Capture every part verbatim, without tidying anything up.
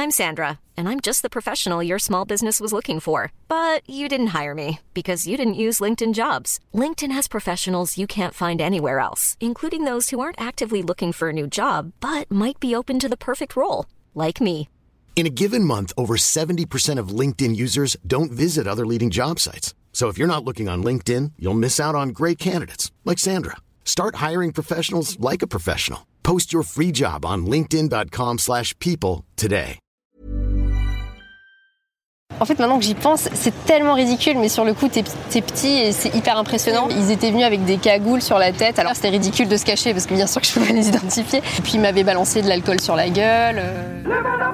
I'm Sandra, and I'm just the professional your small business was looking for. But you didn't hire me because you didn't use LinkedIn Jobs. LinkedIn has professionals you can't find anywhere else, including those who aren't actively looking for a new job, but might be open to the perfect role, like me. In a given month, over seventy percent of LinkedIn users don't visit other leading job sites. So if you're not looking on LinkedIn, you'll miss out on great candidates like Sandra. Start hiring professionals like a professional. Post your free job on linkedin.com slash people today. En fait, maintenant que j'y pense, c'est tellement ridicule, mais sur le coup, t'es, t'es petit et c'est hyper impressionnant. Ils étaient venus avec des cagoules sur la tête, alors c'était ridicule de se cacher parce que bien sûr que je pouvais les identifier. Et puis ils m'avaient balancé de l'alcool sur la gueule. Euh...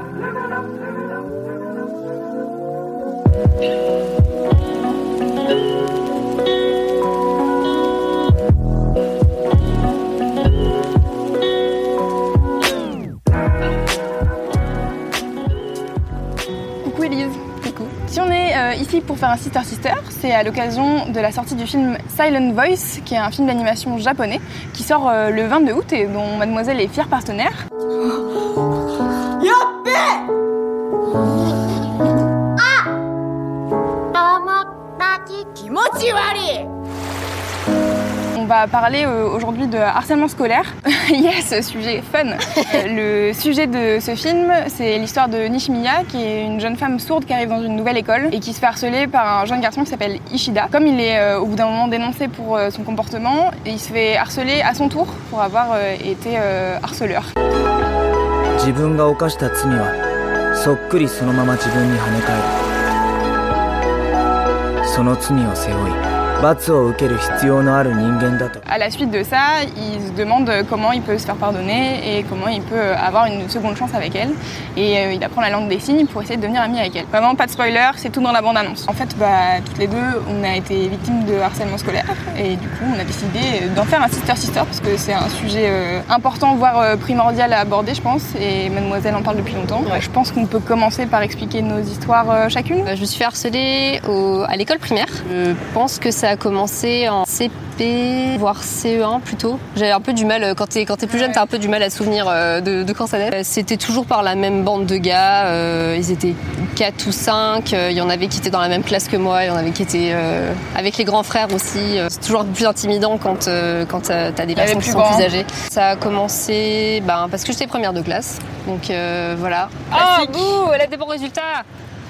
Coucou Elise. Coucou. Si on est euh, ici pour faire un Sister Sister, c'est à l'occasion de la sortie du film Silent Voice, qui est un film d'animation japonais, qui sort euh, le vingt-deux août et dont Mademoiselle est fière partenaire. On va parler euh, aujourd'hui de harcèlement scolaire. Yes, sujet fun. Euh, le sujet de ce film, c'est l'histoire de Nishimiya, qui est une jeune femme sourde qui arrive dans une nouvelle école et qui se fait harceler par un jeune garçon qui s'appelle Ishida. Comme il est euh, au bout d'un moment dénoncé pour euh, son comportement, il se fait harceler à son tour pour avoir euh, été euh, harceleur. 自分が犯した罪はそっくりそのまま自分に跳ね返る。その罪を背負い À la suite de ça, il se demande comment il peut se faire pardonner et comment il peut avoir une seconde chance avec elle. Et euh, il apprend la langue des signes pour essayer de devenir ami avec elle. Vraiment, pas de spoiler, c'est tout dans la bande-annonce. En fait, bah, toutes les deux, on a été victimes de harcèlement scolaire. Et du coup, on a décidé d'en faire un Sister Sister parce que c'est un sujet euh, important, voire euh, primordial à aborder, je pense. Et Mademoiselle en parle depuis longtemps. Ouais. Je pense qu'on peut commencer par expliquer nos histoires euh, chacune. Je me suis fait harceler au, à l'école primaire. Je pense que ça a commencé en C P, voire C E un plutôt. J'avais un peu du mal, quand t'es, quand t'es plus jeune, t'as un peu du mal à souvenir de, de quand ça date. C'était toujours par la même bande de gars, euh, ils étaient quatre ou cinq, il y en avait qui étaient dans la même classe que moi, il y en avait qui étaient euh, avec les grands frères aussi. C'est toujours un peu plus intimidant quand, euh, quand t'as, t'as des personnes qui sont plus âgées. Ça a commencé ben, parce que j'étais première de classe, donc euh, voilà. Oh, bouh, elle a des bons résultats.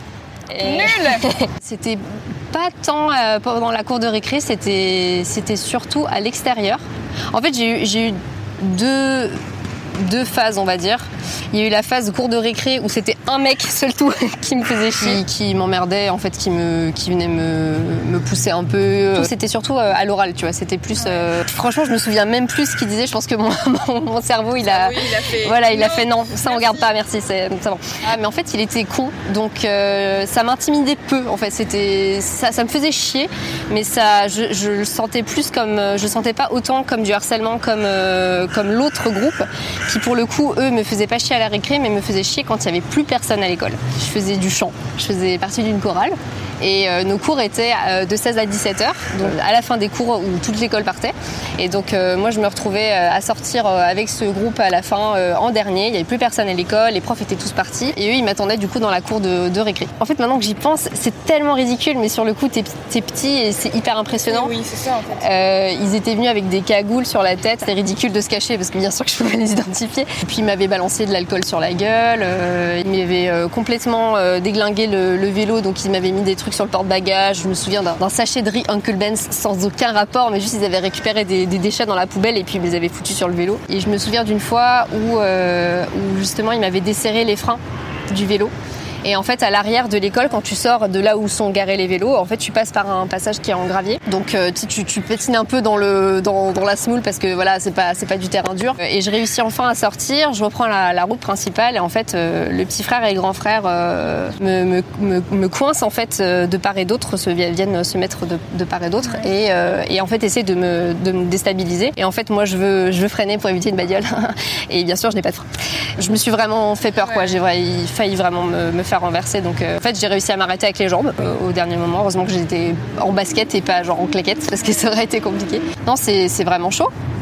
Et... Nul. C'était pas tant euh, pendant la cour de récré, c'était, c'était surtout à l'extérieur. En fait, j'ai eu, j'ai eu deux, deux phases, on va dire. Il y a eu la phase cour de récré où c'était un mec seul tout qui me faisait chier, qui m'emmerdait, en fait, qui, me, qui venait me, me pousser un peu. C'était surtout à l'oral, tu vois. C'était plus. Euh... Franchement, je me souviens même plus ce qu'il disait. Je pense que mon, mon, mon cerveau, il a. Oui, il a fait. Voilà, il non, a fait non, ça on garde pas, merci, c'est, c'est bon. Ah, mais en fait, il était con, donc euh, ça m'intimidait peu. En fait, c'était ça, ça me faisait chier, mais ça, je, je le sentais plus comme, je le sentais pas autant comme du harcèlement, comme euh, comme l'autre groupe, qui pour le coup, eux, me faisaient pas chier à la récré, mais me faisaient chier quand il y avait plus personne à l'école. Je faisais du chant, je faisais partie d'une chorale. Et euh, nos cours étaient euh, de seize à dix-sept heures, donc à la fin des cours où toute l'école partait. Et donc euh, moi je me retrouvais euh, à sortir euh, avec ce groupe à la fin euh, en dernier. Il n'y avait plus personne à l'école, les profs étaient tous partis. Et eux ils m'attendaient du coup dans la cour de, de récré. En fait maintenant que j'y pense, c'est tellement ridicule, mais sur le coup t'es, t'es petit et c'est hyper impressionnant. Oui, c'est ça en fait. Euh, ils étaient venus avec des cagoules sur la tête. C'était ridicule de se cacher parce que bien sûr que je pouvais les identifier. Et puis ils m'avaient balancé de l'alcool sur la gueule. Euh, ils m'avaient euh, complètement euh, déglingué le, le vélo, donc ils m'avaient mis des trucs sur le porte-bagages. Je me souviens d'un, d'un sachet de riz Uncle Ben's sans aucun rapport, mais juste ils avaient récupéré des, des déchets dans la poubelle et puis ils les avaient foutus sur le vélo. Et je me souviens d'une fois où, euh, où justement ils m'avaient desserré les freins du vélo. Et en fait, à l'arrière de l'école, quand tu sors de là où sont garés les vélos, en fait, tu passes par un passage qui est en gravier. Donc, euh, tu, tu, tu pétines un peu dans le dans, dans la semoule parce que voilà, c'est pas c'est pas du terrain dur. Et je réussis enfin à sortir. Je reprends la, la route principale et en fait, euh, le petit frère et le grand frère euh, me, me me me coincent en fait de part et d'autre, se viennent se mettre de, de part et d'autre et euh, et en fait essaient de me de me déstabiliser. Et en fait, moi, je veux je veux freiner pour éviter une bagnole. Et bien sûr, je n'ai pas de frein. Je me suis vraiment fait peur, quoi. J'ai failli vraiment me, me faire renverser. Donc euh, en fait, j'ai réussi à m'arrêter avec les jambes euh, au dernier moment. Heureusement que j'étais en basket et pas genre en claquettes parce que ça aurait été compliqué. Non, c'est, c'est vraiment chaud.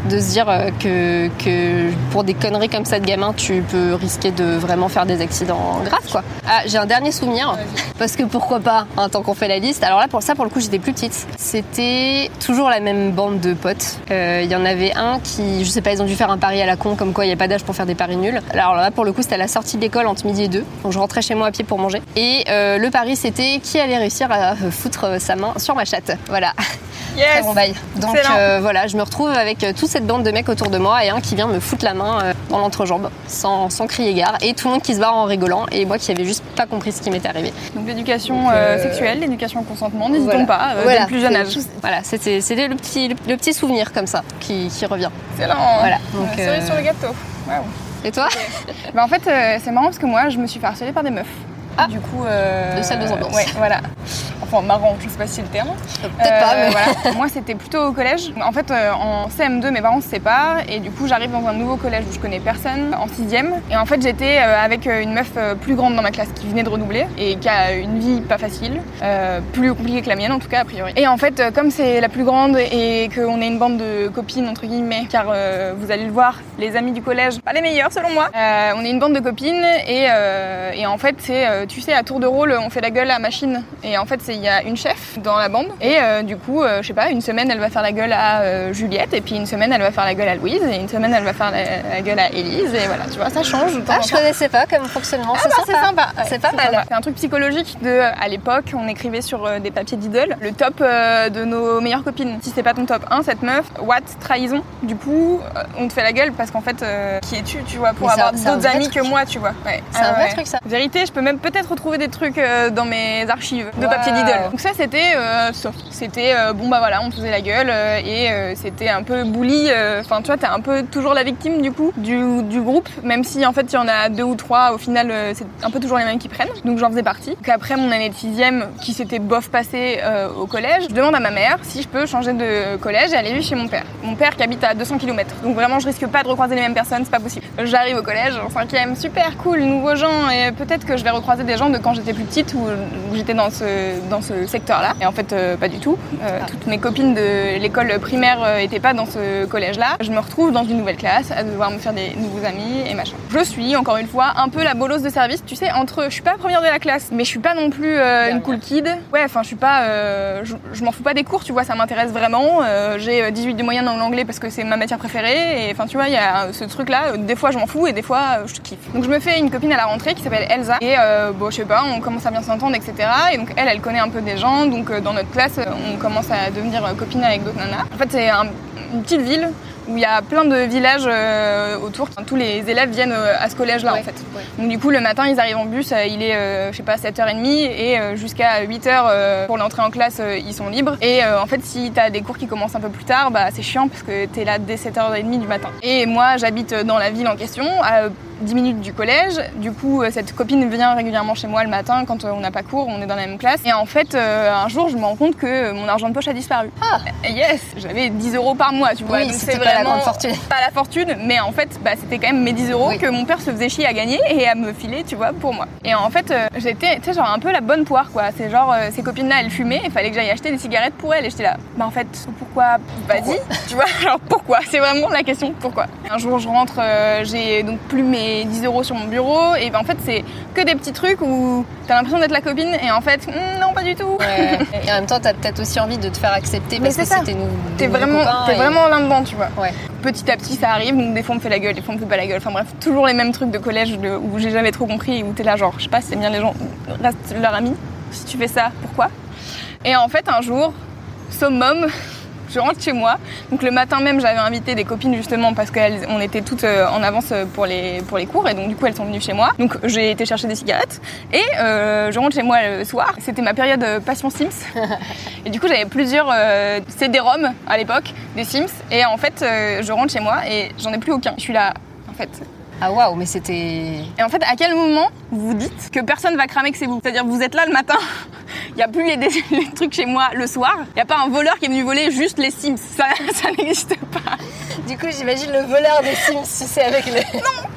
de se dire que, que pour des conneries comme ça de gamin, tu peux risquer de vraiment faire des accidents graves, quoi. Ah, j'ai un dernier souvenir, parce que pourquoi pas, hein, tant qu'on fait la liste. Alors là, pour ça, pour le coup, j'étais plus petite. C'était toujours la même bande de potes. Il euh, y en avait un qui, je sais pas, ils ont dû faire un pari à la con, comme quoi il n'y a pas d'âge pour faire des paris nuls. Alors là, pour le coup, c'était à la sortie de l'école entre midi et deux. Donc je rentrais chez moi à pied pour manger. Et euh, le pari, c'était qui allait réussir à foutre sa main sur ma chatte. Voilà. Yes. Très bon bail. Donc euh, voilà, je me retrouve avec euh, toute cette bande de mecs autour de moi et un qui vient me foutre la main euh, dans l'entrejambe sans, sans crier gare et tout le monde qui se barre en rigolant et moi qui avais juste pas compris ce qui m'était arrivé. Donc l'éducation euh, sexuelle, l'éducation au consentement, n'hésitons voilà. pas, euh, voilà. dès le plus jeune âge. Tout, voilà, c'était, c'était le, petit, le, le petit souvenir comme ça qui, qui revient. Excellent. Voilà. Donc, euh, cerise euh... sur le gâteau. Wow. Et toi? Okay. Bah en fait, euh, c'est marrant parce que moi, je me suis fait harceler par des meufs. Ah. Du coup, euh... de salle de ambiance. Ouais, voilà. Enfin, marrant, je sais pas si c'est le terme. Euh, peut-être euh, pas, mais voilà. Moi, c'était plutôt au collège. En fait, euh, en C M deux, mes parents se séparent et du coup, j'arrive dans un nouveau collège où je connais personne, en sixième. Et en fait, j'étais euh, avec une meuf euh, plus grande dans ma classe qui venait de redoubler et qui a une vie pas facile, euh, plus compliquée que la mienne en tout cas, a priori. Et en fait, euh, comme c'est la plus grande et qu'on est une bande de copines, entre guillemets, car euh, vous allez le voir, les amis du collège, pas les meilleurs selon moi, euh, on est une bande de copines et, euh, et en fait, c'est, euh, tu sais, à tour de rôle, on fait la gueule à machine. Et en fait, il y a une chef dans la bande. Et euh, du coup, euh, je sais pas, une semaine, elle va faire la gueule à euh, Juliette. Et puis une semaine, elle va faire la gueule à Louise. Et une semaine, elle va faire la, la gueule à Élise. Et voilà, tu vois, ça change. Ah, je connaissais pas comme fonctionnement. Ah, c'est, bah, sympa. c'est sympa. Ouais, c'est pas c'est mal. Sympa. C'est un truc psychologique de, à l'époque, on écrivait sur euh, des papiers d'idole le top euh, de nos meilleures copines. Si c'est pas ton top un, cette meuf, what, trahison. Du coup, euh, on te fait la gueule parce qu'en fait, euh, qui es-tu, tu vois, pour Mais avoir ça, d'autres amis truc. que moi, tu vois. Ouais. C'est ah, un vrai ouais. truc, ça. Vérité, je peux même peut-être retrouver des trucs euh, dans mes archives de wow. papier d'idole. Donc ça, c'était euh, soft. C'était euh, bon bah voilà, on faisait la gueule euh, et euh, c'était un peu bully. Enfin, euh, tu vois, t'es un peu toujours la victime du coup du, du groupe, même si en fait il y en a deux ou trois. Au final, euh, c'est un peu toujours les mêmes qui prennent. Donc j'en faisais partie. Donc après mon année de sixième, qui s'était bof passée euh, au collège, je demande à ma mère si je peux changer de collège et aller vivre chez mon père. Mon père qui habite à deux cents kilomètres. Donc vraiment, je risque pas de recroiser les mêmes personnes, c'est pas possible. J'arrive au collège en cinquième, super cool, nouveaux gens et peut-être que je vais recroiser des gens de quand j'étais plus petite ou où j'étais dans ce dans ce secteur-là. Et en fait, euh, pas du tout. Euh, ah. Toutes mes copines de l'école primaire euh, étaient pas dans ce collège-là. Je me retrouve dans une nouvelle classe à devoir me faire des nouveaux amis et machin. Je suis encore une fois un peu la bolosse de service. Tu sais, entre je suis pas première de la classe, mais je suis pas non plus euh, une cool kid. Ouais, enfin, je suis pas. Euh, je, je m'en fous pas des cours, tu vois, ça m'intéresse vraiment. Euh, j'ai dix-huit de moyenne dans l'anglais parce que c'est ma matière préférée. Et enfin, tu vois, il y a ce truc-là. Des fois, je m'en fous et des fois, je kiffe. Donc, je me fais une copine à la rentrée qui s'appelle Elsa. Et euh, bon, je sais pas, on commence à bien s'entendre, et cetera. Et donc, elle, elle connaît un peu des gens. Donc, euh, dans notre classe, on commence à devenir copine avec d'autres nanas. En fait, c'est un, une petite ville où il y a plein de villages euh, autour. Enfin, tous les élèves viennent euh, à ce collège-là, ouais, en fait. Ouais. Donc du coup, le matin, ils arrivent en bus, euh, il est, euh, je sais pas, sept heures trente et euh, jusqu'à huit heures euh, pour l'entrée en classe, euh, ils sont libres. Et euh, en fait, si t'as des cours qui commencent un peu plus tard, bah c'est chiant parce que t'es là dès sept heures trente du matin. Et moi, j'habite dans la ville en question, à dix minutes du collège. Du coup, cette copine vient régulièrement chez moi le matin quand on n'a pas cours, on est dans la même classe. Et en fait, euh, un jour, je me rends compte que mon argent de poche a disparu. Ah yes, j'avais dix euros par mois, tu vois. Oui, donc c'était c'est pas vraiment la grande fortune. Pas la fortune, mais en fait, bah, c'était quand même mes dix euros oui. que mon père se faisait chier à gagner et à me filer, tu vois, pour moi. Et en fait, euh, j'étais, tu sais, genre un peu la bonne poire, quoi. C'est genre, euh, ces copines-là, elles fumaient, il fallait que j'aille acheter des cigarettes pour elles. Et j'étais là, bah en fait, pourquoi Vas-y, tu vois, genre pourquoi C'est vraiment la question, pourquoi Un jour, je rentre, euh, j'ai donc plus mes dix euros sur mon bureau, et ben en fait, c'est que des petits trucs où t'as l'impression d'être la copine, et en fait, mm, non, pas du tout. Ouais. Et en même temps, t'as peut-être aussi envie de te faire accepter parce que ça. c'était nous. T'es vraiment, t'es et... vraiment là-dedans, tu vois. Ouais. Petit à petit, ça arrive, donc des fois on me fait la gueule, des fois on me fait pas la gueule. Enfin bref, toujours les mêmes trucs de collège de, où j'ai jamais trop compris, où t'es là, genre, je sais pas, c'est bien les gens restent leurs amis. Si tu fais ça, pourquoi Et en fait, un jour, summum, je rentre chez moi. Donc le matin même, j'avais invité des copines justement parce qu'on était toutes en avance pour les, pour les cours et donc du coup elles sont venues chez moi. Donc j'ai été chercher des cigarettes et euh, je rentre chez moi le soir. C'était ma période passion Sims et du coup j'avais plusieurs euh, C D-ROM à l'époque des Sims et en fait euh, je rentre chez moi et j'en ai plus aucun. Je suis là en fait. Ah waouh, mais c'était... Et en fait, à quel moment vous dites que personne va cramer que c'est vous ? C'est-à-dire vous êtes là le matin, il n'y a plus les, les trucs chez moi le soir, il n'y a pas un voleur qui est venu voler juste les Sims, ça, ça n'existe pas. Du coup, j'imagine le voleur des Sims si c'est avec les... Non.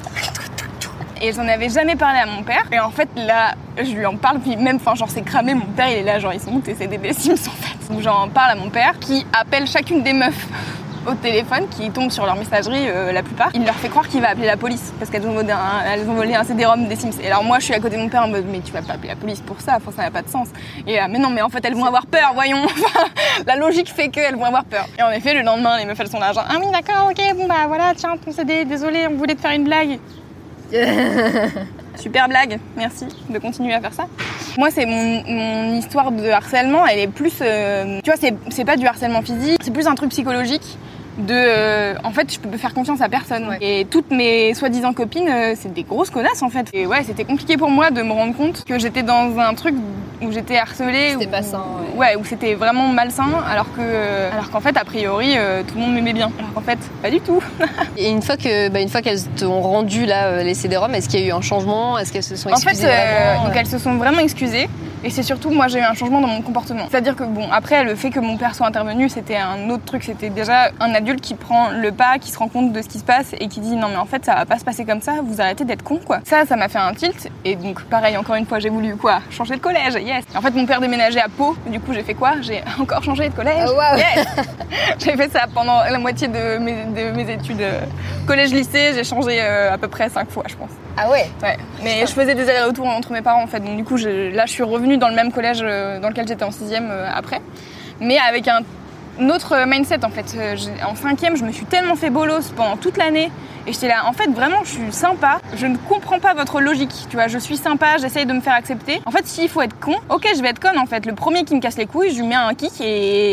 Et j'en avais jamais parlé à mon père. Et en fait, là, je lui en parle, puis même, enfin, genre, c'est cramé, mon père, il est là, genre, ils sont où tes C D des Sims, en fait. Donc j'en parle à mon père, qui appelle chacune des meufs au téléphone qui tombent sur leur messagerie euh, la plupart. Il leur fait croire qu'il va appeler la police parce qu'elles ont volé un, elles ont volé un C D-ROM des Sims. Et alors moi je suis à côté de mon père en mode mais tu vas pas appeler la police pour ça, enfin, ça n'a pas de sens. Et euh, mais non mais en fait elles vont avoir peur, voyons. La logique fait qu'elles vont avoir peur. Et en effet le lendemain les meufs elles sont là genre ah oui d'accord ok bon bah voilà tiens ton C D, désolé on voulait te faire une blague. Super blague, merci de continuer à faire ça. Moi, c'est mon, mon histoire de harcèlement, elle est plus... Euh, tu vois, c'est, c'est pas du harcèlement physique, c'est plus un truc psychologique de... Euh, en fait, je peux faire confiance à personne. Ouais. Et toutes mes soi-disant copines, euh, c'est des grosses connasses, en fait. Et ouais, c'était compliqué pour moi de me rendre compte que j'étais dans un truc où j'étais harcelée. C'était où, pas sain, ouais. Ouais, où c'était vraiment malsain, alors que, euh, alors qu'en fait, a priori, euh, tout le monde m'aimait bien. Alors qu'en fait, pas du tout. Et une fois que, bah, une fois qu'elles t'ont rendu là les C D-ROM, est-ce qu'il y a eu un changement? Est-ce qu'elles se sont excusées? En fait, euh, vraiment donc elles se sont vraiment excusées. Et c'est surtout, moi, j'ai eu un changement dans mon comportement. C'est-à-dire que, bon, après, le fait que mon père soit intervenu, c'était un autre truc. C'était déjà un adulte qui prend le pas, qui se rend compte de ce qui se passe et qui dit non, mais en fait, ça va pas se passer comme ça, vous arrêtez d'être con, quoi. Ça, ça m'a fait un tilt. Et donc, pareil, encore une fois, j'ai voulu, quoi, changer de collège, yes. En fait, mon père déménageait à Pau. Du coup, j'ai fait quoi? J'ai encore changé de collège. Oh, wow. Yes. J'ai fait ça pendant la moitié de mes, de mes études. Collège-lycée, j'ai changé euh, à peu près cinq fois, je pense. Ah ouais? Ouais. Mais je faisais des allers-retours entre mes parents, en fait. Donc, du coup, je, là, je suis revenue dans le même collège dans lequel j'étais en sixième euh, après, mais avec un autre mindset en fait. En cinquième, je me suis tellement fait bolos pendant toute l'année et j'étais là, en fait vraiment je suis sympa, je ne comprends pas votre logique, tu vois, je suis sympa, j'essaye de me faire accepter. En fait s'il faut être con, ok je vais être conne en fait, le premier qui me casse les couilles, je lui mets un kick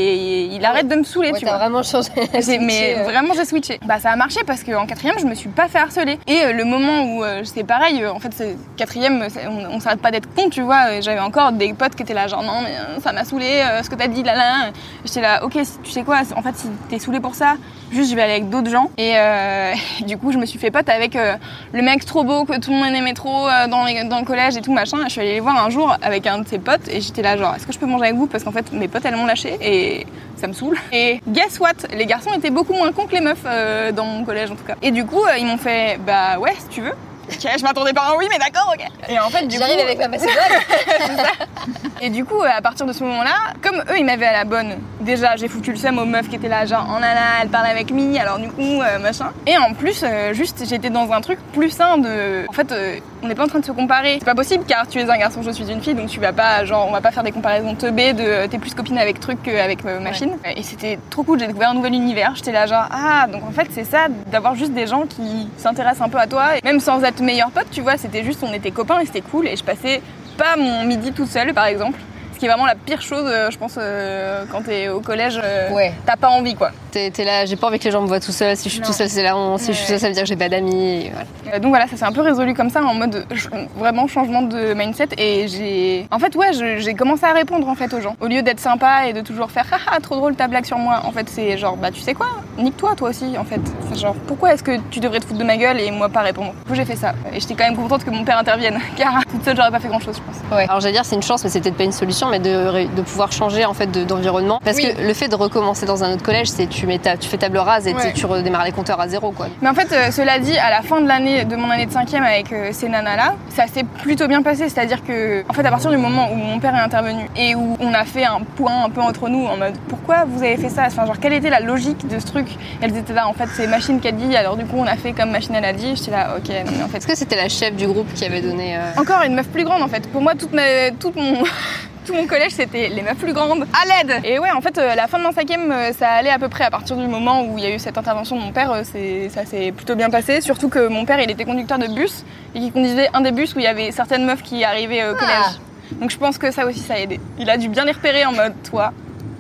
et il arrête de me saouler, ouais, tu t'as vois. Vraiment changé. J'ai, mais euh... vraiment j'ai switché. Bah ça a marché parce qu'en quatrième je me suis pas fait harceler. Et euh, le moment où euh, c'est pareil, euh, en fait c'est quatrième, c'est, on, on s'arrête pas d'être con, tu vois. Et j'avais encore des potes qui étaient là genre non mais euh, ça m'a saoulé, euh, ce que t'as dit là là. J'étais là ok tu sais quoi, en fait si t'es saoulé pour ça, juste je vais aller avec d'autres gens. Et euh, du coup je me suis fait pote avec euh, le mec trop beau que tout le monde aimait trop euh, dans, les, dans le collège et tout machin. Je suis allée les voir un jour avec un de ses potes et j'étais là genre est-ce que je peux manger avec vous parce qu'en fait mes potes elles m'ont lâché et ça me saoule. Et guess what, les garçons étaient beaucoup moins cons que les meufs euh, dans mon collège en tout cas. Et du coup euh, ils m'ont fait bah ouais si tu veux. Ok, je m'attendais pas à un oui, mais d'accord, ok. Et en fait, du J'arrive coup, avec ma macédoine. c'est ça. Et du coup, à partir de ce moment-là, comme eux, ils m'avaient à la bonne. Déjà, j'ai foutu le seum aux meufs qui étaient là, genre, oh là là, elle parle avec Mi, alors du coup, euh, machin. Et en plus, euh, juste, j'étais dans un truc plus sain de. En fait, euh, on n'est pas en train de se comparer. C'est pas possible car tu es un garçon, je suis une fille, donc tu vas pas, genre, on va pas faire des comparaisons teubées de t'es plus copine avec truc qu'avec euh, machine. Ouais. Et c'était trop cool, j'ai découvert un nouvel univers. J'étais là, genre, ah, donc en fait, c'est ça, d'avoir juste des gens qui s'intéressent un peu à toi, et même sans être meilleurs potes, tu vois, c'était juste, on était copains et c'était cool, et je passais pas mon midi toute seule, par exemple. Ce qui est vraiment la pire chose, euh, je pense, euh, quand t'es au collège, euh, ouais. T'as pas envie, quoi. T'es, t'es là, j'ai pas envie que les gens me voient tout seul. Si je suis non. tout seul, c'est la honte. Si ouais. je suis seule, ça veut dire que j'ai pas d'amis. Voilà. Euh, donc voilà, ça s'est un peu résolu comme ça, en mode je, vraiment changement de mindset. Et j'ai, en fait, ouais, je, j'ai commencé à répondre en fait aux gens, au lieu d'être sympa et de toujours faire haha trop drôle ta blague sur moi. En fait, c'est genre bah tu sais quoi, nique-toi toi aussi. En fait, c'est genre pourquoi est-ce que tu devrais te foutre de ma gueule et moi pas répondre. Du coup, j'ai fait ça. Et j'étais quand même contente que mon père intervienne, car toute seule j'aurais pas fait grand chose, je pense. Ouais. Alors j'allais dire c'est une chance, mais c'est peut-être pas une solution, mais de, de pouvoir changer en fait de, d'environnement. Parce oui. que le fait de recommencer dans un autre collège, c'est tu mets ta, tu fais table rase et ouais. tu redémarres les compteurs à zéro, quoi. Mais en fait, euh, cela dit, à la fin de l'année, de mon année de cinquième avec euh, ces nanas-là, ça s'est plutôt bien passé. C'est-à-dire que, en fait, à partir du moment où mon père est intervenu et où on a fait un point un peu entre nous en mode pourquoi vous avez fait ça, enfin genre quelle était la logique de ce truc. Et elles étaient là, en fait, c'est Machine qui a dit, alors du coup on a fait comme Machine elle a dit. J'étais là, ok. Mais en fait, est-ce que c'était la chef du groupe qui avait donné euh... Encore une meuf plus grande en fait. Pour moi, toute ma, toute mon tout mon collège, c'était les meufs plus grandes. À l'aide. Et ouais, en fait, euh, la fin de mon cinquième, euh, ça allait à peu près à partir du moment où il y a eu cette intervention de mon père. Euh, c'est, ça s'est plutôt bien passé. Surtout que mon père, il était conducteur de bus et qu'il conduisait un des bus où il y avait certaines meufs qui arrivaient au collège. Ah. Donc je pense que ça aussi, ça a aidé. Il a dû bien les repérer en mode, toi,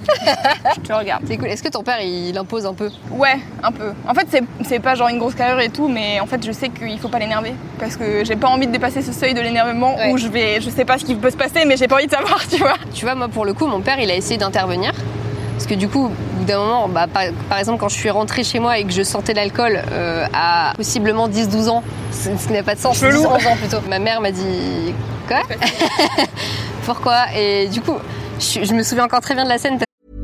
je te regarde. C'est cool. Est-ce que ton père, il impose un peu? Ouais, un peu. En fait, c'est, c'est pas genre une grosse carrure et tout, mais en fait, je sais qu'il faut pas l'énerver. Parce que j'ai pas envie de dépasser ce seuil de l'énervement ouais. où je vais, je sais pas ce qui peut se passer, mais j'ai pas envie de savoir, tu vois. Tu vois, moi, pour le coup, mon père, il a essayé d'intervenir. Parce que du coup, au bout d'un moment, bah, par, par exemple, quand je suis rentrée chez moi et que je sentais l'alcool euh, à possiblement dix douze ans, ce qui n'a pas de sens, dix onze ans plutôt, ma mère m'a dit « Quoi ?» Pourquoi? Et du coup, je, je me souviens encore très bien de la scène.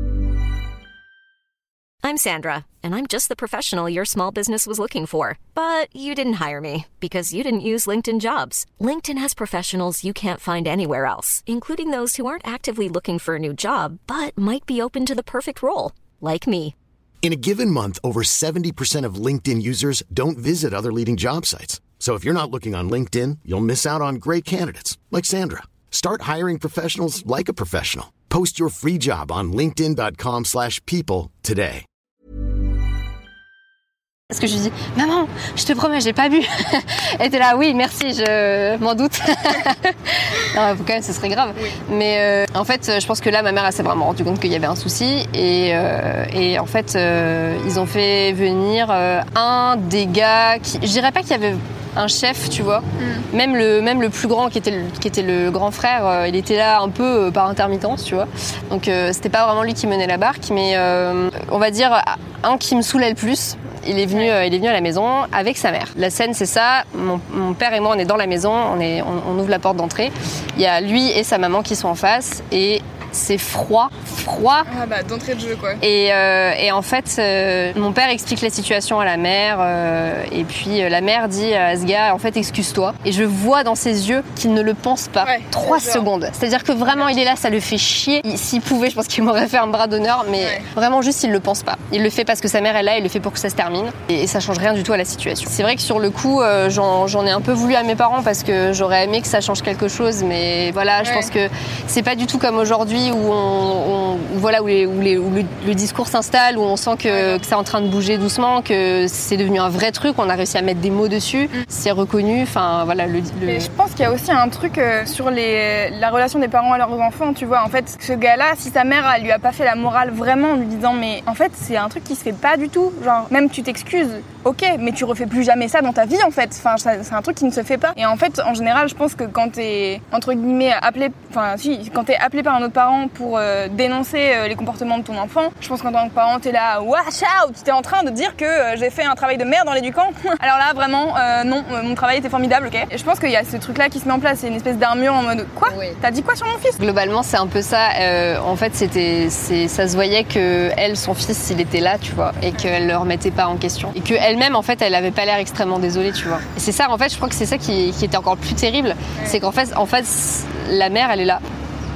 I'm Sandra, and I'm just the professional your small business was looking for. But you didn't hire me because you didn't use LinkedIn Jobs. LinkedIn has professionals you can't find anywhere else, including those who aren't actively looking for a new job, but might be open to the perfect role, like me. In a given month, over seventy percent of LinkedIn users don't visit other leading job sites. So if you're not looking on LinkedIn, you'll miss out on great candidates like Sandra. Start hiring professionals like a professional. Post your free job on linkedin.com slash people today. Parce que je lui dis, maman, je te promets, j'ai pas bu. Elle était là, oui, merci, je m'en doute. Non, quand même, ce serait grave. Oui. Mais euh, en fait, je pense que là, ma mère, elle s'est vraiment rendue compte qu'il y avait un souci. Et, euh, et en fait, euh, ils ont fait venir euh, un des gars qui. Je dirais pas qu'il y avait un chef, tu vois. Mm. Même, le, même le plus grand, qui était le, qui était le grand frère, euh, il était là un peu euh, par intermittence, tu vois. Donc, euh, c'était pas vraiment lui qui menait la barque, mais euh, on va dire un qui me saoulait le plus. Il est, venu, euh, il est venu à la maison avec sa mère. La scène, c'est ça. Mon, mon père et moi, on est dans la maison. On, est, on, on ouvre la porte d'entrée. Il y a lui et sa maman qui sont en face. Et c'est froid, froid. Ah bah, d'entrée de jeu, quoi. Et, euh, et en fait, euh, mon père explique la situation à la mère. Euh, et puis, euh, la mère dit à ce gars, en fait, excuse-toi. Et je vois dans ses yeux qu'il ne le pense pas. Ouais, Trois secondes. C'est-à-dire que vraiment, il est là, ça le fait chier. Il, s'il pouvait, je pense qu'il m'aurait fait un bras d'honneur. Mais ouais. Vraiment, juste, il le pense pas. Il le fait parce que sa mère est là. Il le fait pour que ça se termine. Et, et ça change rien du tout à la situation. C'est vrai que sur le coup, euh, j'en, j'en ai un peu voulu à mes parents parce que j'aurais aimé que ça change quelque chose. Mais voilà, ouais. Je pense que c'est pas du tout comme aujourd'hui où on, on voilà où, les, où, les, où le, le discours s'installe, où on sent que, que c'est en train de bouger doucement, que c'est devenu un vrai truc, on a réussi à mettre des mots dessus, mm. C'est reconnu, enfin voilà le, le... Et je pense qu'il y a aussi un truc euh, sur les, la relation des parents à leurs enfants, tu vois, en fait ce gars-là, si sa mère elle lui a pas fait la morale vraiment en lui disant mais en fait c'est un truc qui se fait pas du tout, genre même tu t'excuses, ok, mais tu refais plus jamais ça dans ta vie en fait, enfin ça, c'est un truc qui ne se fait pas. Et en fait en général je pense que quand t'es entre guillemets appelé, enfin si, quand t'es appelé par un autre parent pour euh, dénoncer euh, les comportements de ton enfant, je pense qu'en tant que parent t'es là watch out, t'es en train de dire que euh, j'ai fait un travail de merde dans l'éducant. Alors là vraiment euh, non, euh, mon travail était formidable, ok. Et je pense qu'il y a ce truc là qui se met en place, c'est une espèce d'armure en mode quoi, oui. T'as dit quoi sur mon fils? Globalement c'est un peu ça, euh, en fait c'était, c'est, ça se voyait que elle, son fils il était là tu vois, et qu'elle le remettait pas en question, et que elle-même en fait elle avait pas l'air extrêmement désolée tu vois. Et c'est ça en fait, je crois que c'est ça qui, qui était encore plus terrible, ouais. C'est qu'en fait, en fait la mère elle est là,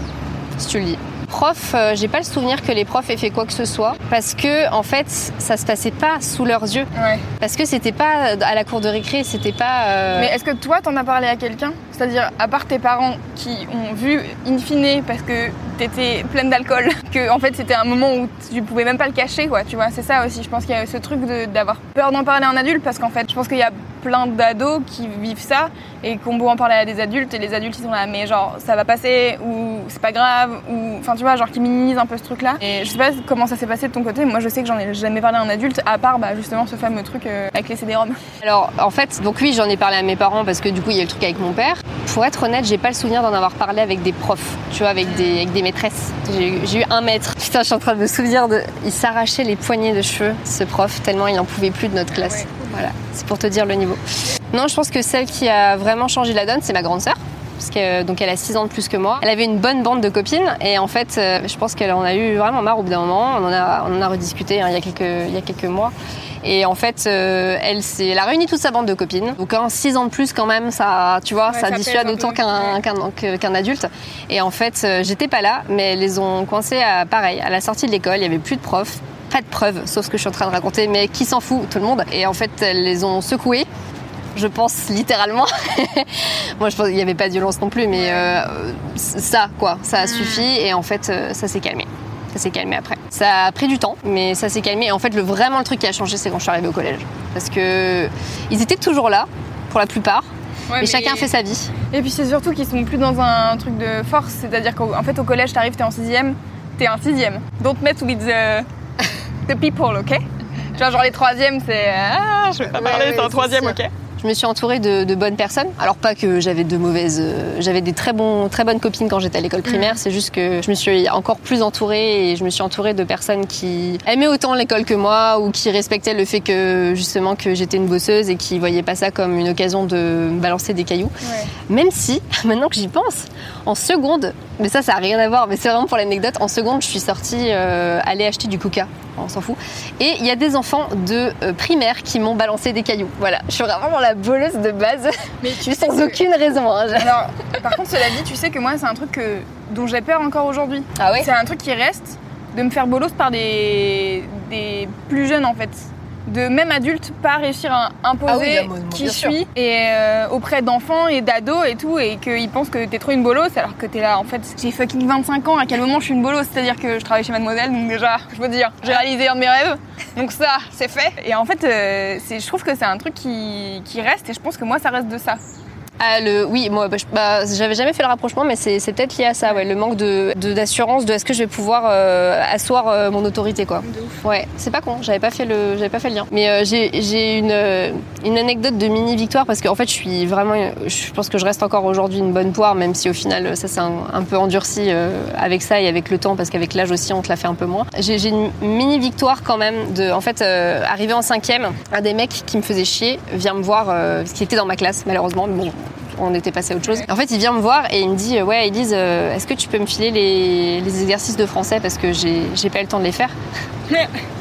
si tu le dis. Prof, euh, j'ai pas le souvenir que les profs aient fait quoi que ce soit parce que en fait ça se passait pas sous leurs yeux, ouais. Parce que c'était pas à la cour de récré, c'était pas euh... Mais est-ce que toi t'en as parlé à quelqu'un? C'est-à-dire à part tes parents qui ont vu in fine parce que t'étais pleine d'alcool que en fait c'était un moment où tu pouvais même pas le cacher quoi, tu vois, c'est ça aussi, je pense qu'il y a ce truc de, d'avoir peur d'en parler à un adulte parce qu'en fait je pense qu'il y a plein d'ados qui vivent ça et qu'on peut en parler à des adultes et les adultes ils sont là mais genre ça va passer ou c'est pas grave ou enfin tu vois genre qui minimisent un peu ce truc là. Et je sais pas comment ça s'est passé de ton côté, moi je sais que j'en ai jamais parlé à un adulte à part bah, justement ce fameux truc euh, avec les C D-ROM. Alors en fait donc oui j'en ai parlé à mes parents parce que du coup il y a le truc avec mon père. Pour être honnête j'ai pas le souvenir d'en avoir parlé avec des profs, tu vois, avec des, avec des maîtresses. J'ai, j'ai eu un maître, putain je suis en train de me souvenir de, il s'arrachait les poignées de cheveux ce prof tellement il en pouvait plus de notre classe. Ouais. Voilà, c'est pour te dire le niveau. Non, je pense que celle qui a vraiment changé la donne, c'est ma grande sœur. Parce que, donc elle a six ans de plus que moi. Elle avait une bonne bande de copines et en fait, euh, je pense qu'elle en a eu vraiment marre au bout d'un moment. On en a, on en a rediscuté hein, il y a quelques, il y a quelques mois. Et en fait, euh, elle, s'est, elle a réuni toute sa bande de copines. Donc en six ans de plus quand même, ça, tu vois, ouais, ça, ça dissuade autant qu'un, ouais. qu'un, qu'un adulte. Et en fait, euh, j'étais pas là, mais elles les ont coincées à pareil. À la sortie de l'école, il y avait plus de profs. Pas de preuves, sauf ce que je suis en train de raconter, mais qui s'en fout, tout le monde. Et en fait, elles les ont secouées, je pense littéralement. Moi, je pense qu'il n'y avait pas de violence non plus, mais euh, ça, quoi, ça a mmh. suffi. Et en fait, ça s'est calmé. Ça s'est calmé après. Ça a pris du temps, mais ça s'est calmé. Et en fait, le, vraiment, le truc qui a changé, c'est quand je suis arrivée au collège. Parce que ils étaient toujours là, pour la plupart. Ouais, mais, mais chacun fait sa vie. Et puis, c'est surtout qu'ils sont plus dans un truc de force. C'est-à-dire qu'en fait, au collège, t'arrives, t'es en sixième, t'es un sixième. Don't mess with the... The people, ok? Tu vois, genre les troisièmes, c'est ah, je vais pas parler, ouais, c'est un troisième, ok? Je me suis entourée de, de bonnes personnes. Alors pas que j'avais de mauvaises, euh, j'avais des très bons, très bonnes copines quand j'étais à l'école primaire. Mmh. C'est juste que je me suis encore plus entourée et je me suis entourée de personnes qui aimaient autant l'école que moi ou qui respectaient le fait que justement que j'étais une bosseuse et qui voyaient pas ça comme une occasion de me balancer des cailloux. Ouais. Même si, maintenant que j'y pense, en seconde, mais ça, ça a rien à voir, mais c'est vraiment pour l'anecdote. En seconde, je suis sortie euh, aller acheter du coca. On s'en fout. Et il y a des enfants de euh, primaire qui m'ont balancé des cailloux. Voilà, je suis vraiment la boleuse de base, mais tu sans que... aucune raison. Hein. Alors, par contre, cela dit, tu sais que moi, c'est un truc que... dont j'ai peur encore aujourd'hui. Ah ouais? C'est un truc qui reste. de me faire bolos par des, des plus jeunes en fait. De même adultes, pas réussir à imposer ah oui, qui je suis et euh, auprès d'enfants et d'ados et tout, et qu'ils pensent que t'es trop une bolos alors que t'es là en fait. J'ai fucking vingt-cinq ans, à quel moment je suis une bolos? C'est-à-dire que je travaille chez Mademoiselle, donc déjà, je veux dire, j'ai réalisé un de mes rêves, donc ça, c'est fait. Et en fait, euh, c'est, je trouve que c'est un truc qui, qui reste, et je pense que moi, ça reste de ça. Ah, le, oui, moi, bah, je, bah, j'avais jamais fait le rapprochement, mais c'est, c'est peut-être lié à ça, ouais, le manque de, de, d'assurance de est-ce que je vais pouvoir euh, asseoir euh, mon autorité, quoi. Ouais, c'est pas con, j'avais pas fait le, j'avais pas fait le lien. Mais euh, j'ai, j'ai une, euh, une anecdote de mini victoire parce qu'en fait, je suis vraiment, je pense que je reste encore aujourd'hui une bonne poire, même si au final, ça s'est un, un peu endurci euh, avec ça et avec le temps, parce qu'avec l'âge aussi, on te la fait un peu moins. J'ai, j'ai une mini victoire quand même de, en fait, euh, arrivé en cinquième, un des mecs qui me faisait chier vient me voir, euh, parce qu'il était dans ma classe malheureusement, mais bon. On était passé à autre chose. En fait, il vient me voir et il me dit ouais, Élise, euh, est-ce que tu peux me filer les, les exercices de français parce que j'ai, j'ai pas eu le temps de les faire. Je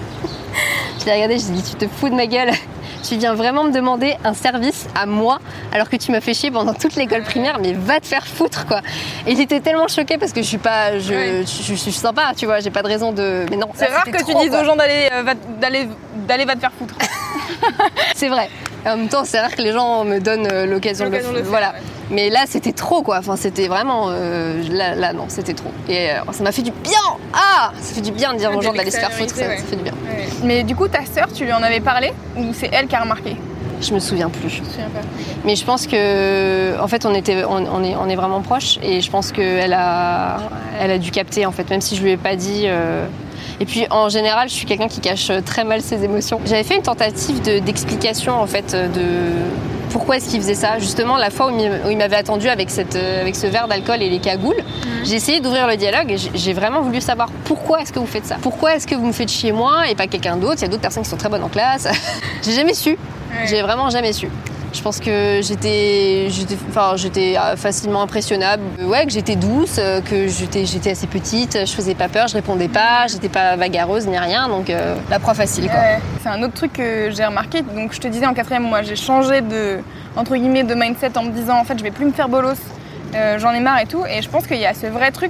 l'ai regardé, j'ai dit tu te fous de ma gueule. Tu viens vraiment me demander un service à moi alors que tu m'as fait chier pendant toute l'école primaire, mais va te faire foutre quoi. Et il était tellement choqué parce que je suis pas, je, oui. je, je, je suis sympa, tu vois, j'ai pas de raison de. Mais non. C'est là, rare que trop, tu dises quoi. aux gens d'aller, euh, va, d'aller, d'aller va te faire foutre. C'est vrai. En même temps, c'est rare que les gens me donnent l'occasion, l'occasion de le faire. Voilà. Ouais. Mais là, c'était trop, quoi. Enfin, c'était vraiment... Euh, là, là, non, c'était trop. Et euh, ça m'a fait du bien. Ah, ça fait du bien de dire aux gens d'aller se faire foutre. Ça, ouais. ça fait du bien. Ouais. Mais du coup, ta sœur, tu lui en avais parlé ou c'est elle qui a remarqué? Je me souviens plus. Je me souviens pas. Mais je pense que, en fait, on était, on, on est, on est vraiment proches. Et je pense qu'elle a, elle a dû capter, en fait, même si je lui ai pas dit. Euh... Et puis, en général, je suis quelqu'un qui cache très mal ses émotions. J'avais fait une tentative de, d'explication, en fait, de pourquoi est-ce qu'il faisait ça. Justement, la fois où il m'avait attendu avec, cette, avec ce verre d'alcool et les cagoules, mmh. j'ai essayé d'ouvrir le dialogue et j'ai vraiment voulu savoir pourquoi est-ce que vous faites ça. Pourquoi est-ce que vous me faites chier moi et pas quelqu'un d'autre? Il y a d'autres personnes qui sont très bonnes en classe. J'ai jamais su. Ouais. J'ai vraiment jamais su. Je pense que j'étais, j'étais, enfin, j'étais facilement impressionnable. Ouais, que j'étais douce, que j'étais, j'étais assez petite, je faisais pas peur, je répondais pas, j'étais pas bagarreuse ni rien, donc euh, la proie facile, quoi. Ouais. C'est un autre truc que j'ai remarqué. Donc je te disais en quatrième, moi j'ai changé de, entre guillemets, de mindset en me disant en fait je vais plus me faire bolos, euh, j'en ai marre et tout. Et je pense qu'il y a ce vrai truc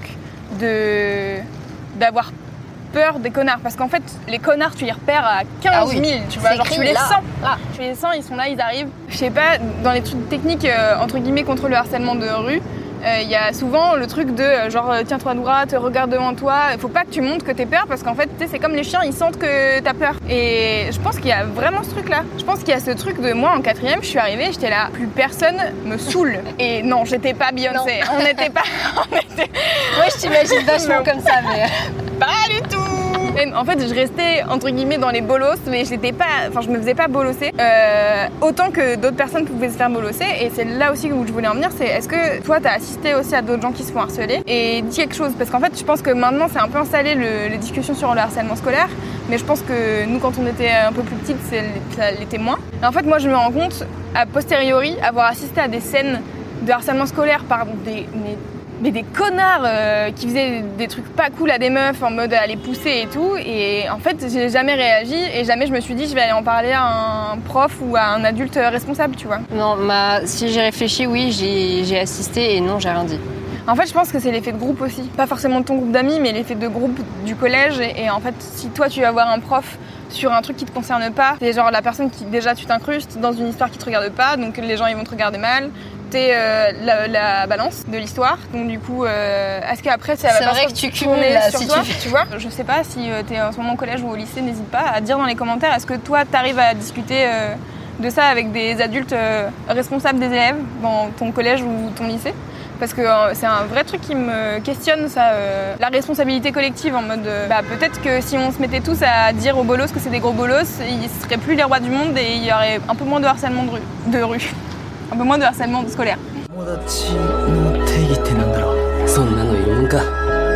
de d'avoir peur des connards, parce qu'en fait les connards tu les repères à quinze mille, ah oui. tu vois, genre tu les sens, ah. tu les sens, ils sont là, ils arrivent. Je sais pas, dans les trucs techniques euh, entre guillemets contre le harcèlement de rue, il euh, y a souvent le truc de euh, genre tiens-toi droite, regarde devant toi, il faut pas que tu montres que t'es peur parce qu'en fait c'est comme les chiens, ils sentent que t'as peur. Et je pense qu'il y a vraiment ce truc là, je pense qu'il y a ce truc de moi en quatrième, je suis arrivée, j'étais là, plus personne me saoule. Et non, j'étais pas Beyoncé, on n'était pas, on était... Ouais, je t'imagine vachement comme ça, mais... Pas du tout. Et en fait, je restais entre guillemets dans les bolos, mais j'étais pas, enfin, je me faisais pas bolosser euh, autant que d'autres personnes pouvaient se faire bolosser. Et c'est là aussi où je voulais en venir, c'est est-ce que toi, t'as assisté aussi à d'autres gens qui se font harceler? Et dis quelque chose, parce qu'en fait, je pense que maintenant, c'est un peu installé le, les discussions sur le harcèlement scolaire, mais je pense que nous, quand on était un peu plus petites, c'est, ça l'était moins. Et en fait, moi, je me rends compte, a posteriori, avoir assisté à des scènes de harcèlement scolaire par des mais, mais des connards euh, qui faisaient des trucs pas cool à des meufs en mode à les pousser et tout, et en fait j'ai jamais réagi et jamais je me suis dit je vais aller en parler à un prof ou à un adulte responsable, tu vois. Non, ma... si j'ai réfléchi, oui, j'ai, j'ai assisté et non, j'ai rien dit. En fait, je pense que c'est l'effet de groupe aussi. Pas forcément de ton groupe d'amis, mais l'effet de groupe du collège. Et, et en fait, si toi, tu vas voir un prof sur un truc qui te concerne pas, c'est genre la personne qui, déjà, tu t'incrustes dans une histoire qui te regarde pas, donc les gens, ils vont te regarder mal. T'es euh, la, la balance de l'histoire, donc du coup, euh, est-ce qu'après, ça va c'est pas vrai se que tu cumules là, sur si toi, tu... tu vois. Je sais pas si euh, t'es en ce moment au collège ou au lycée, n'hésite pas à dire dans les commentaires, est-ce que toi, t'arrives à discuter euh, de ça avec des adultes euh, responsables des élèves dans ton collège ou ton lycée? Parce que euh, c'est un vrai truc qui me questionne, ça, euh, la responsabilité collective, en mode euh, bah, peut-être que si on se mettait tous à dire aux bolos que c'est des gros bolos, ils seraient plus les rois du monde et il y aurait un peu moins de harcèlement de rue, de rue. un peu moins de harcèlement scolaire. 友達の定義ってなんだろう。そんなのいるもんか。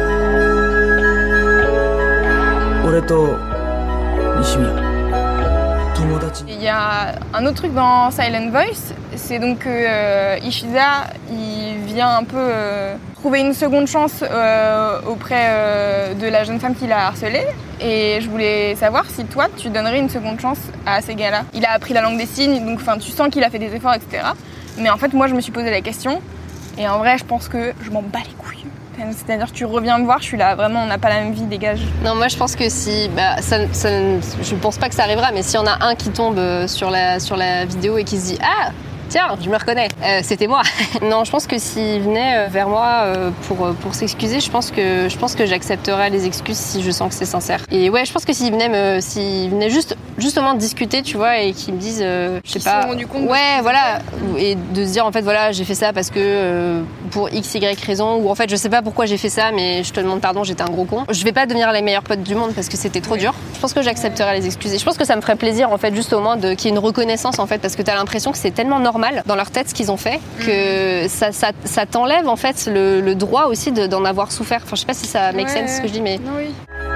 俺と西宮。 Il y a un autre truc dans Silent Voice, c'est donc que euh, Ishida, il vient un peu euh, trouver une seconde chance euh, auprès euh, de la jeune femme qui l'a harcelée. Et je voulais savoir si toi, tu donnerais une seconde chance à ces gars-là. Il a appris la langue des signes, donc tu sens qu'il a fait des efforts, et cetera. Mais en fait, moi, je me suis posé la question. Et en vrai, je pense que je m'en bats les couilles. C'est-à-dire que tu reviens me voir, je suis là, vraiment, on n'a pas la même vie, dégage. Non, moi je pense que si, bah, ça, ça, je pense pas que ça arrivera, mais s'il y en a un qui tombe sur la, sur la vidéo et qui se dit « Ah !» Tiens, je me reconnais, euh, c'était moi. Non, je pense que s'il venait vers moi euh, pour, pour s'excuser, je pense que, je pense que j'accepterais les excuses si je sens que c'est sincère. Et ouais, je pense que s'il venait, me, s'il venait juste, justement discuter, tu vois, et qu'il me dise, euh, je sais Ils pas. se sont rendus compte ouais, de voilà. Et de se dire, en fait, voilà, j'ai fait ça parce que euh, pour X, Y raison, ou en fait, je sais pas pourquoi j'ai fait ça, mais je te demande pardon, j'étais un gros con. Je vais pas devenir la meilleure pote du monde parce que c'était trop oui. dur. Je pense que j'accepterais les excuses. Et je pense que ça me ferait plaisir, en fait, juste au moins de, qu'il y ait une reconnaissance, en fait, parce que t'as l'impression que c'est tellement normal dans leur tête ce qu'ils ont fait que mmh. ça, ça, ça t'enlève en fait le, le droit aussi de, d'en avoir souffert. Enfin, je sais pas si ça make ouais. sense ce que je dis, mais. Non, oui.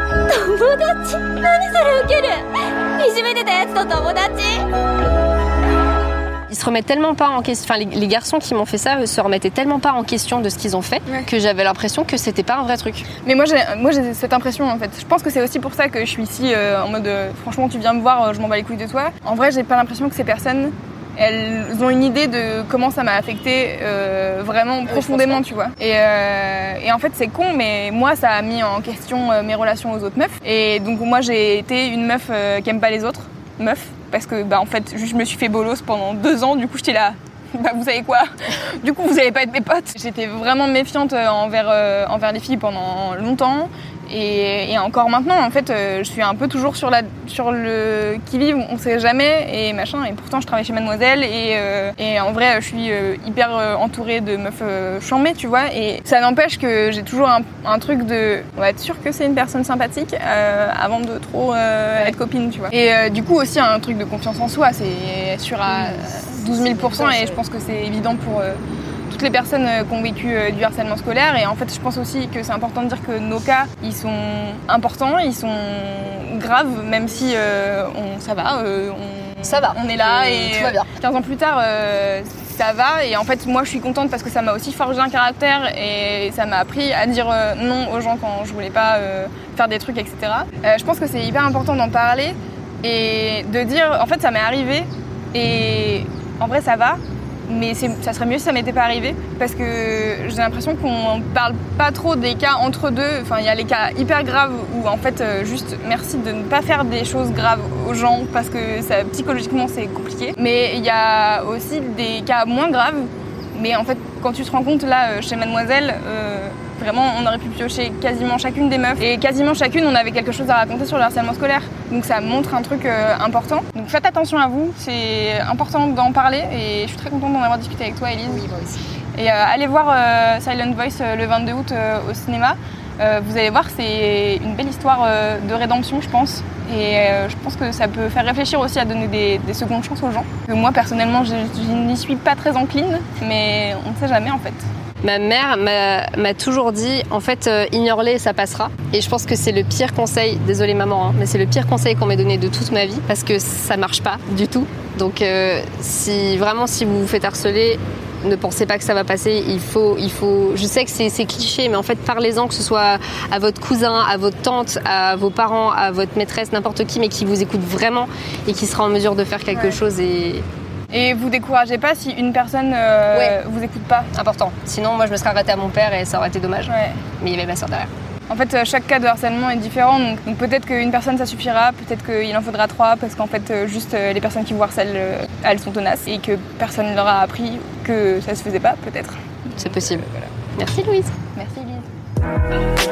Ils se remettent tellement pas en question. Enfin, les, les garçons qui m'ont fait ça eux, se remettaient tellement pas en question de ce qu'ils ont fait ouais. que j'avais l'impression que c'était pas un vrai truc. Mais moi j'ai, moi j'ai cette impression en fait. Je pense que c'est aussi pour ça que je suis ici euh, en mode euh, franchement tu viens me voir, euh, je m'en bats les couilles de toi. En vrai, j'ai pas l'impression que ces personnes elles ont une idée de comment ça m'a affecté euh, vraiment oui, profondément, tu vois. Et, euh, et en fait, c'est con, mais moi, ça a mis en question euh, mes relations aux autres meufs. Et donc, moi, j'ai été une meuf euh, qui aime pas les autres meufs. Parce que, bah, en fait, je me suis fait bolos pendant deux ans. Du coup, j'étais là. Bah, vous savez quoi ? Du coup, vous allez pas être mes potes. J'étais vraiment méfiante envers, euh, envers les filles pendant longtemps. Et, et encore maintenant, en fait, euh, je suis un peu toujours sur, la, sur le qui-vive, on sait jamais, et machin. Et pourtant, je travaille chez Mademoiselle, et, euh, et en vrai, je suis euh, hyper euh, entourée de meufs euh, chambées, tu vois. Et ça n'empêche que j'ai toujours un, un truc de, on va être sûr que c'est une personne sympathique euh, avant de trop euh, ouais. être copine, tu vois. Et euh, du coup, aussi, un truc de confiance en soi, c'est sûr à douze mille pour cent, et je pense que c'est évident pour... Euh, toutes les personnes qui ont vécu du harcèlement scolaire. Et en fait, je pense aussi que c'est important de dire que nos cas, ils sont importants, ils sont graves, même si euh, on, ça va, euh, on, ça va, on est là et tout va bien. quinze ans plus tard, euh, ça va. Et en fait, moi, je suis contente parce que ça m'a aussi forgé un caractère et ça m'a appris à dire euh, non aux gens quand je voulais pas euh, faire des trucs, et cetera. Euh, je pense que c'est hyper important d'en parler et de dire, en fait, ça m'est arrivé et en vrai, ça va. Mais c'est, ça serait mieux si ça m'était pas arrivé parce que j'ai l'impression qu'on parle pas trop des cas entre deux. Enfin, il y a les cas hyper graves où en fait euh, juste merci de ne pas faire des choses graves aux gens parce que ça, psychologiquement c'est compliqué. Mais il y a aussi des cas moins graves. Mais en fait, quand tu te rends compte là chez Mademoiselle, euh, vraiment on aurait pu piocher quasiment chacune des meufs et quasiment chacune on avait quelque chose à raconter sur le harcèlement scolaire. Donc ça montre un truc euh, important. Donc faites attention à vous, c'est important d'en parler et je suis très contente d'en avoir discuté avec toi, Elise. Oui, moi aussi. Et euh, allez voir euh, Silent Voice euh, le vingt-deux août euh, au cinéma. Euh, vous allez voir, c'est une belle histoire euh, de rédemption, je pense. Et euh, je pense que ça peut faire réfléchir aussi à donner des, des secondes chances aux gens. Que moi, personnellement, je, je n'y suis pas très encline, mais on ne sait jamais en fait. Ma mère m'a, m'a toujours dit, en fait, euh, ignore-les et ça passera. Et je pense que c'est le pire conseil, désolée maman, hein, mais c'est le pire conseil qu'on m'ait donné de toute ma vie parce que ça marche pas du tout. Donc, euh, si vraiment, si vous vous faites harceler, ne pensez pas que ça va passer. Il faut, il faut. Je sais que c'est, c'est cliché, mais en fait, parlez-en, que ce soit à votre cousin, à votre tante, à vos parents, à votre maîtresse, n'importe qui, mais qui vous écoute vraiment et qui sera en mesure de faire quelque ouais. chose et. Et vous découragez pas si une personne euh, ouais. vous écoute pas. Important. Sinon, moi, je me serais arrêtée à mon père et ça aurait été dommage. Ouais. Mais il y avait ma soeur derrière. En fait, chaque cas de harcèlement est différent. Donc, donc peut-être qu'une personne, ça suffira. Peut-être qu'il en faudra trois. Parce qu'en fait, juste les personnes qui vous harcèlent, elles sont tenaces. Et que personne ne leur a appris que ça se faisait pas, peut-être. C'est possible. Voilà. Merci, Louise. Merci, Elise.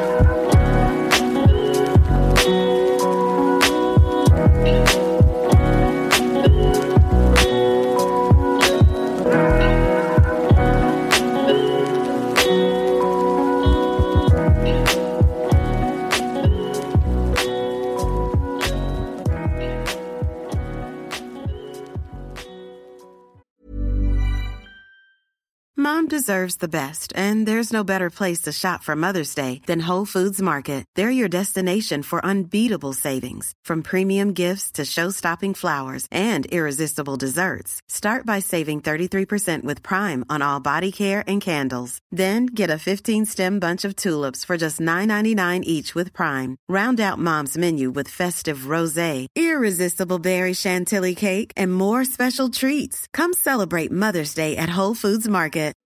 Mom deserves the best, and there's no better place to shop for Mother's Day than Whole Foods Market. They're your destination for unbeatable savings, from premium gifts to show-stopping flowers and irresistible desserts. Start by saving thirty-three percent with Prime on all body care and candles. Then get a fifteen-stem bunch of tulips for just nine ninety-nine each with Prime. Round out Mom's menu with festive rosé, irresistible berry chantilly cake, and more special treats. Come celebrate Mother's Day at Whole Foods Market.